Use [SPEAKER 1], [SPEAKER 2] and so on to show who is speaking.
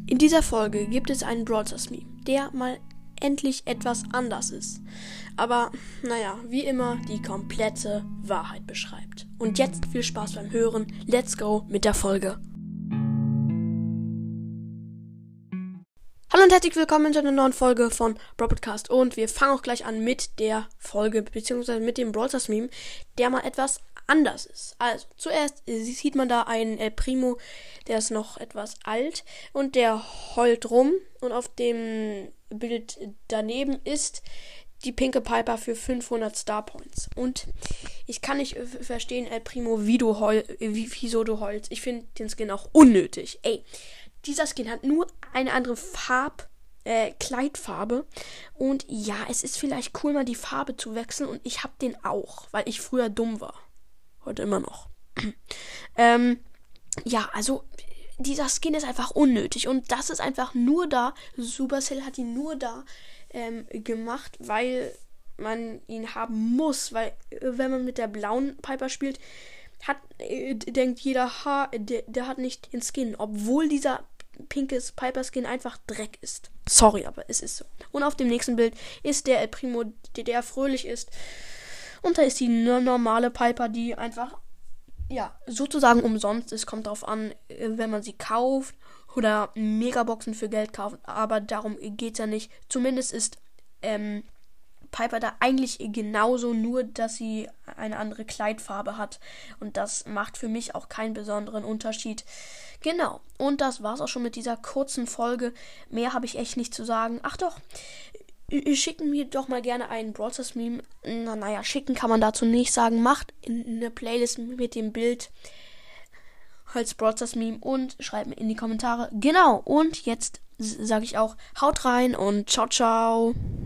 [SPEAKER 1] In dieser Folge gibt es einen Brawl Stars Meme, der mal endlich etwas anders ist. Aber, naja, wie immer die komplette Wahrheit beschreibt. Und jetzt viel Spaß beim Hören. Let's go mit der Folge. Hallo und herzlich willkommen zu einer neuen Folge von Brawl Podcast. Und wir fangen auch gleich an mit der Folge, beziehungsweise mit dem Brawl Stars Meme, der mal etwas anders ist. Also, zuerst sieht man da einen El Primo, der ist noch etwas alt und der heult rum. Und auf dem Bild daneben ist die pinke Piper für 500 Star Points. Und ich kann nicht verstehen, El Primo, wieso du heulst. Ich finde den Skin auch unnötig. Ey, dieser Skin hat nur eine andere Kleidfarbe. Und ja, es ist vielleicht cool, mal die Farbe zu wechseln. Und ich habe den auch, weil ich früher dumm war. Heute immer noch. Ja, also dieser Skin ist einfach unnötig. Und das ist einfach nur da. Supercell hat ihn nur da gemacht, weil man ihn haben muss. Weil wenn man mit der blauen Piper spielt, denkt jeder, der hat nicht den Skin. Obwohl dieser pinkes Piper-Skin einfach Dreck ist. Sorry, aber es ist so. Und auf dem nächsten Bild ist der El Primo, der fröhlich ist. Und da ist die normale Piper, die einfach, ja, sozusagen umsonst ist. Kommt darauf an, wenn man sie kauft oder Megaboxen für Geld kauft. Aber darum geht's ja nicht. Zumindest ist Piper da eigentlich genauso, nur dass sie eine andere Kleidfarbe hat. Und das macht für mich auch keinen besonderen Unterschied. Genau. Und das war's auch schon mit dieser kurzen Folge. Mehr habe ich echt nicht zu sagen. Ach doch. Schicken mir doch mal gerne einen Brawl Stars Meme. Naja, schicken kann man dazu nicht sagen. Macht eine Playlist mit dem Bild als Brawl Stars Meme und schreibt mir in die Kommentare. Genau, und jetzt sage ich auch, haut rein und ciao, ciao.